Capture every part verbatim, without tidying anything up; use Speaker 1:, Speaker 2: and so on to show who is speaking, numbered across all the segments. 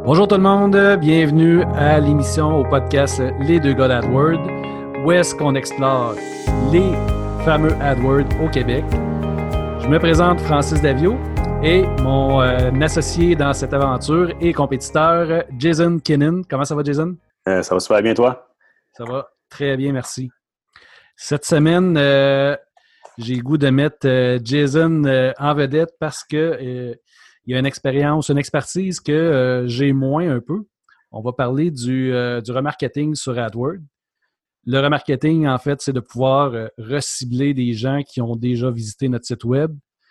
Speaker 1: Bonjour tout le monde, bienvenue à l'émission, au podcast Les deux gars d'AdWords, où est-ce qu'on explore les fameux AdWords au Québec. Je me présente Francis Davio et mon euh, associé dans cette aventure et compétiteur, Jason Kinnan. Comment ça va, Jason?
Speaker 2: Euh, ça va super bien, toi?
Speaker 1: Ça va très bien, merci. Cette semaine, euh, j'ai le goût de mettre euh, Jason euh, en vedette parce que euh, il y a une expérience, une expertise que euh, j'ai moins un peu. On va parler du, euh, du remarketing sur AdWords. Le remarketing, en fait, c'est de pouvoir euh, recibler des gens qui ont déjà visité notre site web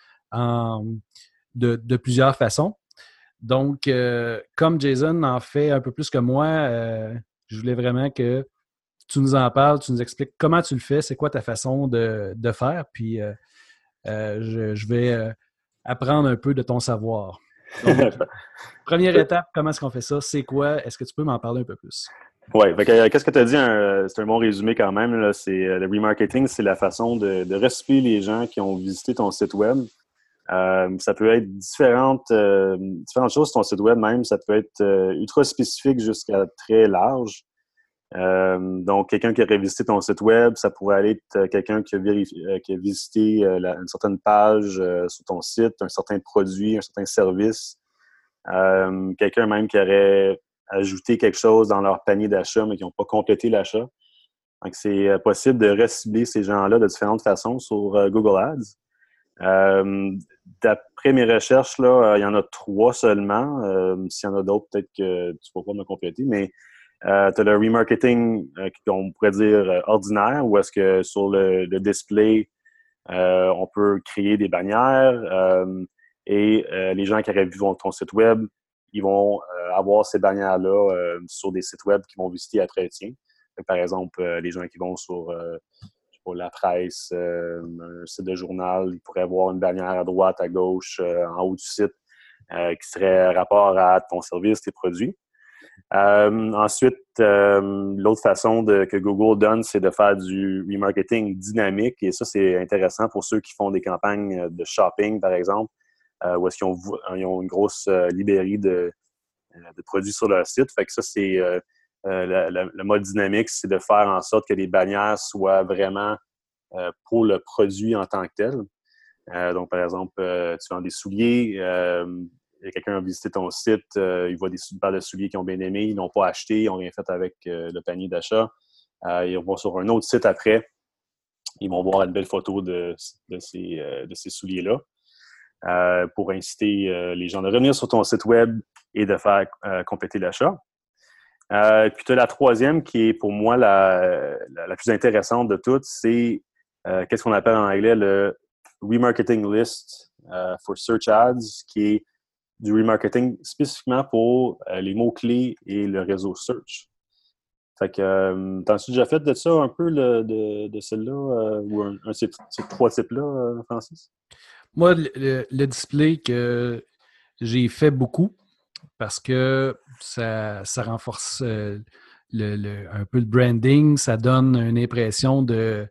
Speaker 1: en, de, de plusieurs façons. Donc, euh, comme Jason en fait un peu plus que moi, euh, je voulais vraiment que tu nous en parles, tu nous expliques comment tu le fais, c'est quoi ta façon de, de faire, puis euh, euh, je, je vais euh, apprendre un peu de ton savoir. Donc, première étape, comment est-ce qu'on fait ça? C'est quoi? Est-ce que tu peux m'en parler un peu plus?
Speaker 2: Oui, euh, qu'est-ce que tu as dit? Un, c'est un bon résumé quand même. Là, c'est, euh, le remarketing, c'est la façon de, de recibler les gens qui ont visité ton site web. Euh, ça peut être différentes, euh, différentes choses sur ton site web même. Ça peut être euh, ultra spécifique jusqu'à très large. Euh, donc, quelqu'un qui aurait visité ton site web, ça pourrait aller être quelqu'un qui a, vérifié, euh, qui a visité euh, la, une certaine page euh, sur ton site, un certain produit, un certain service. Euh, quelqu'un même qui aurait ajouté quelque chose dans leur panier d'achat, mais qui n'ont pas complété l'achat. Donc, c'est euh, possible de recibler ces gens-là de différentes façons sur euh, Google Ads. Euh, d'après mes recherches, là, euh, il y en a trois seulement. Euh, s'il y en a d'autres, peut-être que tu ne vas pas me compléter, mais euh, tu as le remarketing euh, qu'on pourrait dire euh, ordinaire, où est-ce que sur le, le display, euh, on peut créer des bannières euh, et euh, les gens qui auraient vu ton site web, ils vont euh, avoir ces bannières-là euh, sur des sites web qu'ils vont visiter après le tien. Donc, par exemple, euh, les gens qui vont sur euh, je sais pas, la presse, euh, un site de journal, ils pourraient avoir une bannière à droite, à gauche, euh, en haut du site euh, qui serait rapport à ton service, tes produits. Euh, ensuite, euh, l'autre façon de, que Google donne, c'est de faire du remarketing dynamique. Et ça, c'est intéressant pour ceux qui font des campagnes de shopping, par exemple, euh, où est-ce qu'ils ont, ils ont une grosse euh, librairie de, de produits sur leur site. Fait que ça, c'est euh, euh, le, le mode dynamique, c'est de faire en sorte que les bannières soient vraiment euh, pour le produit en tant que tel. Euh, donc, par exemple, euh, tu vends des souliers, euh, quelqu'un a visité ton site, euh, il voit des paires de souliers qu'ils ont bien aimés, ils n'ont pas acheté, ils n'ont rien fait avec euh, le panier d'achat. Euh, ils vont sur un autre site après, ils vont voir une belle photo de, de ces, euh, de ces souliers-là euh, pour inciter euh, les gens à revenir sur ton site web et de faire euh, compléter l'achat. Euh, puis tu as la troisième qui est pour moi la, la, la plus intéressante de toutes, c'est euh, qu'est-ce qu'on appelle en anglais le remarketing list uh, for search ads, qui est du remarketing spécifiquement pour euh, les mots-clés et le réseau search. Fait que, euh, t'as-tu déjà fait de ça un peu, le, de, de celle-là, euh, ou un, un de ces, ces trois types-là, euh, Francis?
Speaker 1: Moi, le, le display que j'ai fait beaucoup parce que ça, ça renforce euh, le, le, un peu le branding, ça donne une impression de...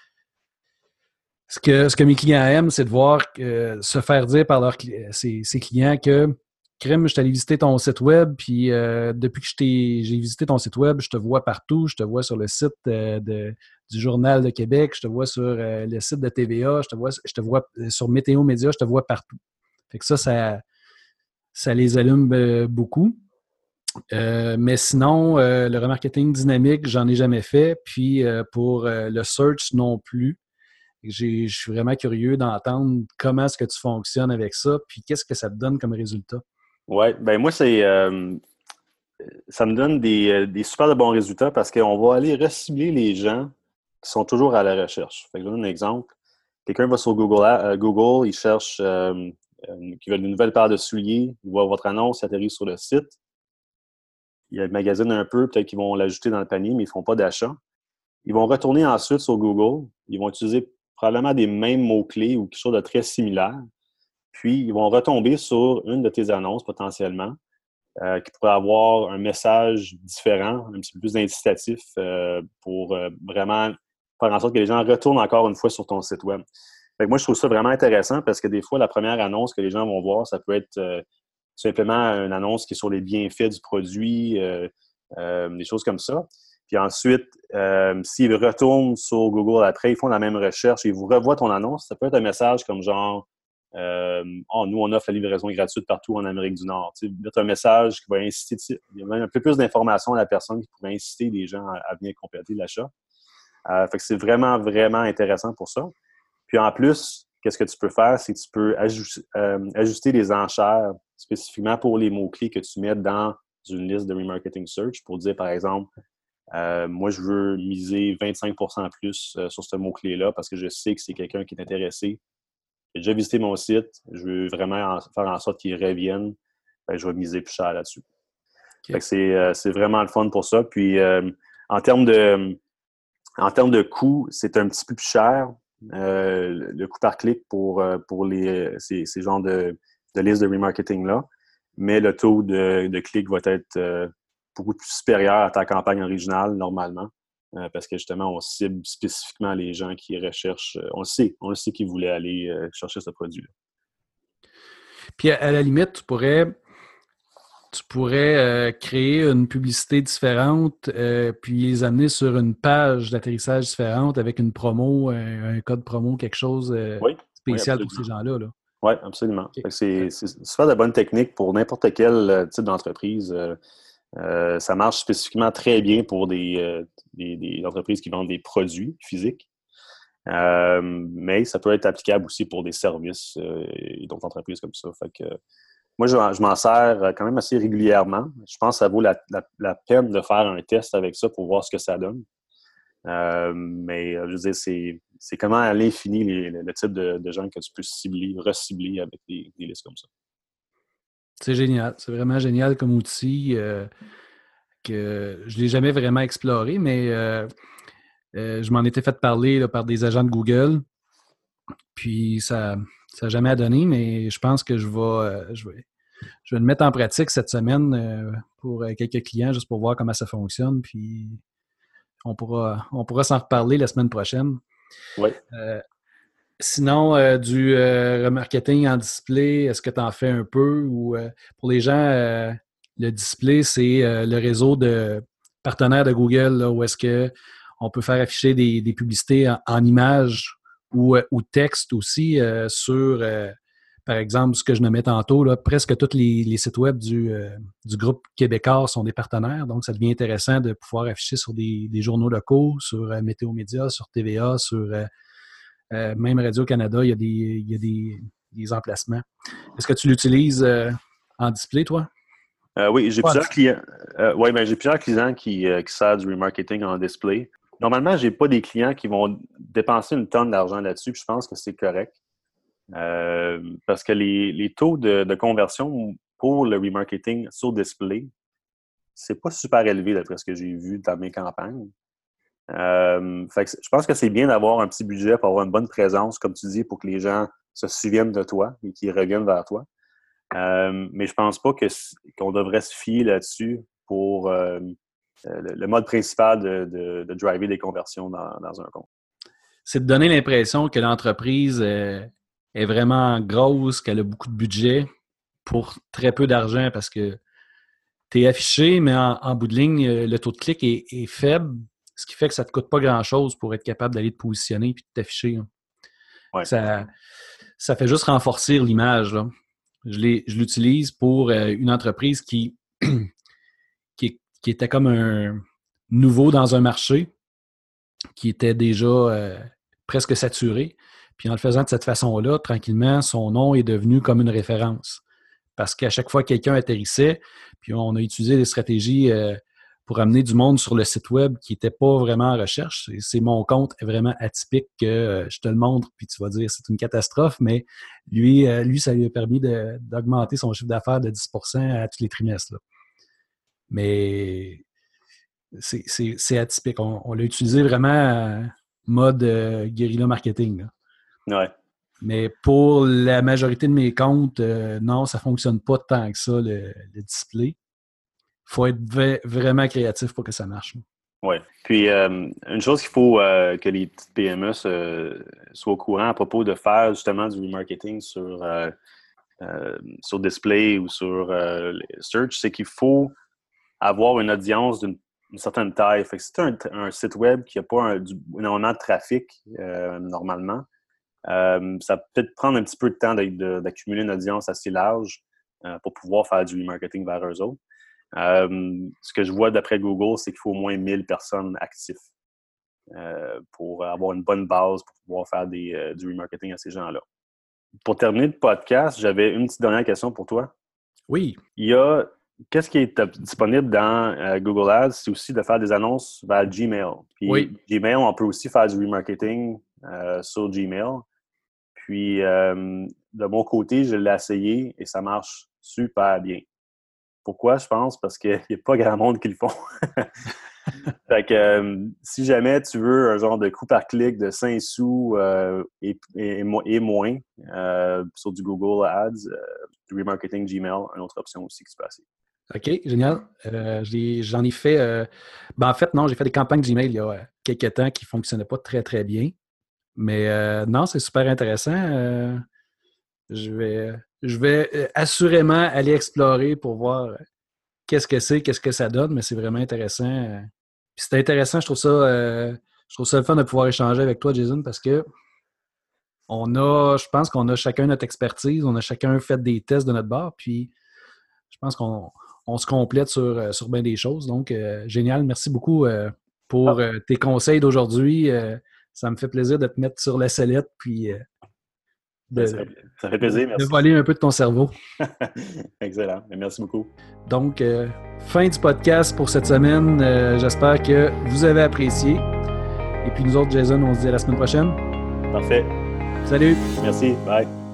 Speaker 1: Ce que, ce que mes clients aiment, c'est de voir euh, se faire dire par leurs ses, ses clients que Crème, je suis allé visiter ton site web, puis euh, depuis que je t'ai, j'ai visité ton site web, je te vois partout, je te vois sur le site euh, de, du Journal de Québec, je te vois sur euh, le site de T V A, je te vois, je te vois sur Météo Média, je te vois partout. Fait que ça, ça, ça les allume euh, beaucoup. Euh, mais sinon, euh, le remarketing dynamique, j'en ai jamais fait. Puis euh, pour euh, le search non plus. J'ai, je suis vraiment curieux d'entendre comment est-ce que tu fonctionnes avec ça, puis qu'est-ce que ça te donne comme résultat.
Speaker 2: Oui, ben moi, c'est euh, ça me donne des, euh, des super de bons résultats parce qu'on va aller recibler les gens qui sont toujours à la recherche. Fait que je donne un exemple. Quelqu'un va sur Google, euh, Google il cherche euh, euh, qui veut une nouvelle paire de souliers, il voit votre annonce, il atterrit sur le site, il magasine un peu, peut-être qu'ils vont l'ajouter dans le panier, mais ils ne font pas d'achat. Ils vont retourner ensuite sur Google, ils vont utiliser probablement des mêmes mots-clés ou quelque chose de très similaire, puis ils vont retomber sur une de tes annonces potentiellement, euh, qui pourrait avoir un message différent, un petit peu plus incitatif euh, pour euh, vraiment faire en sorte que les gens retournent encore une fois sur ton site web. Fait que moi, je trouve ça vraiment intéressant parce que des fois, la première annonce que les gens vont voir, ça peut être euh, simplement une annonce qui est sur les bienfaits du produit, euh, euh, des choses comme ça. Puis ensuite, euh, s'ils retournent sur Google après, ils font la même recherche et ils vous revoient ton annonce, ça peut être un message comme genre euh, oh, nous, on offre la livraison gratuite partout en Amérique du Nord. Tu sais, mettre un message qui va inciter, il y a même un peu plus d'informations à la personne qui pourrait inciter les gens à, à venir compléter l'achat. Euh, fait que c'est vraiment, vraiment intéressant pour ça. Puis en plus, qu'est-ce que tu peux faire, c'est que tu peux ajuster, euh, ajuster les enchères spécifiquement pour les mots-clés que tu mets dans une liste de remarketing search pour dire, par exemple, euh, moi, je veux miser vingt-cinq pour cent plus euh, sur ce mot-clé-là parce que je sais que c'est quelqu'un qui est intéressé. J'ai déjà visité mon site, je veux vraiment en, faire en sorte qu'il revienne. Ben, je vais miser plus cher là-dessus.
Speaker 1: Okay.
Speaker 2: Fait que c'est, euh, c'est vraiment le fun pour ça. Puis, euh, en termes de, en termes de coût, c'est un petit peu plus cher. Euh, le coût par clic pour, pour les, ces, ces genres de, de listes de remarketing-là. Mais le taux de, de clic va être euh, beaucoup plus supérieur à ta campagne originale, normalement. Euh, parce que justement, on cible spécifiquement les gens qui recherchent. On le sait, on le sait qu'ils voulaient aller euh, chercher ce produit-là.
Speaker 1: Puis à, à la limite, tu pourrais, tu pourrais euh, créer une publicité différente, euh, puis les amener sur une page d'atterrissage différente avec une promo, un, un code promo, quelque chose euh,
Speaker 2: Oui,
Speaker 1: spécial
Speaker 2: oui,
Speaker 1: pour ces gens-là. Là.
Speaker 2: Oui, absolument.
Speaker 1: Okay.
Speaker 2: Fait que c'est, c'est, c'est faire de bonnes techniques pour n'importe quel type d'entreprise. Euh, Euh, ça marche spécifiquement très bien pour des, euh, des, des entreprises qui vendent des produits physiques. Euh, mais ça peut être applicable aussi pour des services euh, et d'autres entreprises comme ça. Fait que, moi, je, je m'en sers quand même assez régulièrement. Je pense que ça vaut la, la, la peine de faire un test avec ça pour voir ce que ça donne. Euh, mais je veux dire, c'est, c'est comment à l'infini les, le, le type de, de gens que tu peux cibler, recibler avec des, des listes comme ça.
Speaker 1: C'est génial. C'est vraiment génial comme outil euh, que je ne l'ai jamais vraiment exploré, mais euh, euh, je m'en étais fait parler là, par des agents de Google. Puis ça n'a jamais donné, mais je pense que je vais, euh, je vais, je vais le mettre en pratique cette semaine euh, pour euh, quelques clients, juste pour voir comment ça fonctionne. Puis on pourra, on pourra s'en reparler la semaine prochaine.
Speaker 2: Oui.
Speaker 1: Euh, Sinon, euh, du euh, remarketing en display, est-ce que tu en fais un peu? Ou euh, pour les gens, euh, le display, c'est euh, le réseau de partenaires de Google là, où est-ce qu'on peut faire afficher des, des publicités en, en images ou, euh, ou texte aussi euh, sur, euh, par exemple, ce que je nommais tantôt, là, presque tous les, les sites web du, euh, du groupe Québécois sont des partenaires. Donc, ça devient intéressant de pouvoir afficher sur des, des journaux locaux, sur euh, Météo Média, sur T V A, sur... Euh, Euh, même Radio-Canada, il y a des, il y a des, des emplacements. Est-ce que tu l'utilises euh, en display, toi?
Speaker 2: Euh, oui, j'ai
Speaker 1: Pas
Speaker 2: plusieurs clients. Euh, ouais, ben, j'ai plusieurs clients qui, euh, qui servent du remarketing en display. Normalement, j'ai pas des clients qui vont dépenser une tonne d'argent là-dessus, puis je pense que c'est correct. Euh, parce que les, les taux de, de conversion pour le remarketing sur display, c'est pas super élevé d'après ce que j'ai vu dans mes campagnes. Euh, fait que je pense que c'est bien d'avoir un petit budget pour avoir une bonne présence, comme tu dis, pour que les gens se souviennent de toi et qu'ils reviennent vers toi. Euh, mais je pense pas que, qu'on devrait se fier là-dessus pour euh, le, le mode principal de, de, de driver des conversions dans, dans un compte.
Speaker 1: C'est de donner l'impression que l'entreprise euh, est vraiment grosse, qu'elle a beaucoup de budget pour très peu d'argent parce que tu es affiché, mais en, en bout de ligne, le taux de clic est, est faible, ce qui fait que ça ne te coûte pas grand-chose pour être capable d'aller te positionner et de t'afficher.
Speaker 2: Ouais.
Speaker 1: Ça, ça fait juste renforcer l'image. Là. Je, l'ai, je l'utilise pour euh, une entreprise qui, qui, qui était comme un nouveau dans un marché, qui était déjà euh, presque saturé. Puis en le faisant de cette façon-là, tranquillement, son nom est devenu comme une référence. Parce qu'à chaque fois que quelqu'un atterrissait, puis on a utilisé des stratégies euh, pour amener du monde sur le site web qui n'était pas vraiment en recherche. C'est, c'est mon compte est vraiment atypique que euh, je te le montre, puis tu vas dire c'est une catastrophe, mais lui, euh, lui ça lui a permis de, d'augmenter son chiffre d'affaires de dix pour cent à tous les trimestres. Là. Mais c'est, c'est, c'est atypique. On, on l'a utilisé vraiment euh, mode euh, guérilla marketing. Là.
Speaker 2: Ouais.
Speaker 1: Mais pour la majorité de mes comptes, euh, non, ça ne fonctionne pas tant que ça, le, le display. Il faut être v- vraiment créatif pour que ça marche.
Speaker 2: Oui. Puis, euh, une chose qu'il faut euh, que les petites P M E se, soient au courant à propos de faire justement du remarketing sur, euh, euh, sur display ou sur euh, search, c'est qu'il faut avoir une audience d'une une certaine taille. Fait que si tu as un, un site web qui n'a pas un, du, énormément de trafic euh, normalement, euh, ça peut peut-être prendre un petit peu de temps de, de, d'accumuler une audience assez large euh, pour pouvoir faire du remarketing vers eux autres. Euh, ce que je vois d'après Google, c'est qu'il faut au moins mille personnes actives euh, pour avoir une bonne base pour pouvoir faire des, euh, du remarketing à ces gens-là. Pour terminer le podcast, j'avais une petite dernière question pour toi.
Speaker 1: Oui.
Speaker 2: Il y a Qu'est-ce qui est disponible dans euh, Google Ads, c'est aussi de faire des annonces vers Gmail. Puis
Speaker 1: oui.
Speaker 2: Gmail, on peut aussi faire du remarketing euh, sur Gmail. Puis euh, de mon côté, je l'ai essayé et ça marche super bien. Pourquoi, je pense? Parce qu'il n'y a pas grand monde qui le font. Fait que euh, si jamais tu veux un genre de coût par clic de cinq sous euh, et, et, et moins euh, sur du Google Ads, euh, du remarketing Gmail, une autre option aussi qui se passe.
Speaker 1: OK, génial. Euh, j'ai, j'en ai fait... Euh, ben en fait, non, j'ai fait des campagnes Gmail il y a quelques temps qui ne fonctionnaient pas très, très bien. Mais euh, non, c'est super intéressant. Euh, je vais, je vais assurément aller explorer pour voir qu'est-ce que c'est, qu'est-ce que ça donne, mais c'est vraiment intéressant. Puis c'est intéressant, je trouve ça, euh, je trouve ça le fun de pouvoir échanger avec toi, Jason, parce que on a, je pense qu'on a chacun notre expertise, on a chacun fait des tests de notre bord, puis je pense qu'on on se complète sur, sur bien des choses. Donc, euh, génial. Merci beaucoup euh, pour euh, tes conseils d'aujourd'hui. Euh, ça me fait plaisir de te mettre sur la sellette puis euh, de,
Speaker 2: ça, fait, ça fait plaisir,
Speaker 1: de,
Speaker 2: merci.
Speaker 1: de voler un peu de ton cerveau.
Speaker 2: Excellent. Merci beaucoup.
Speaker 1: Donc, euh, fin du podcast pour cette semaine. Euh, j'espère que vous avez apprécié. Et puis nous autres, Jason, on se dit à la semaine prochaine.
Speaker 2: Parfait.
Speaker 1: Salut.
Speaker 2: Merci. Bye.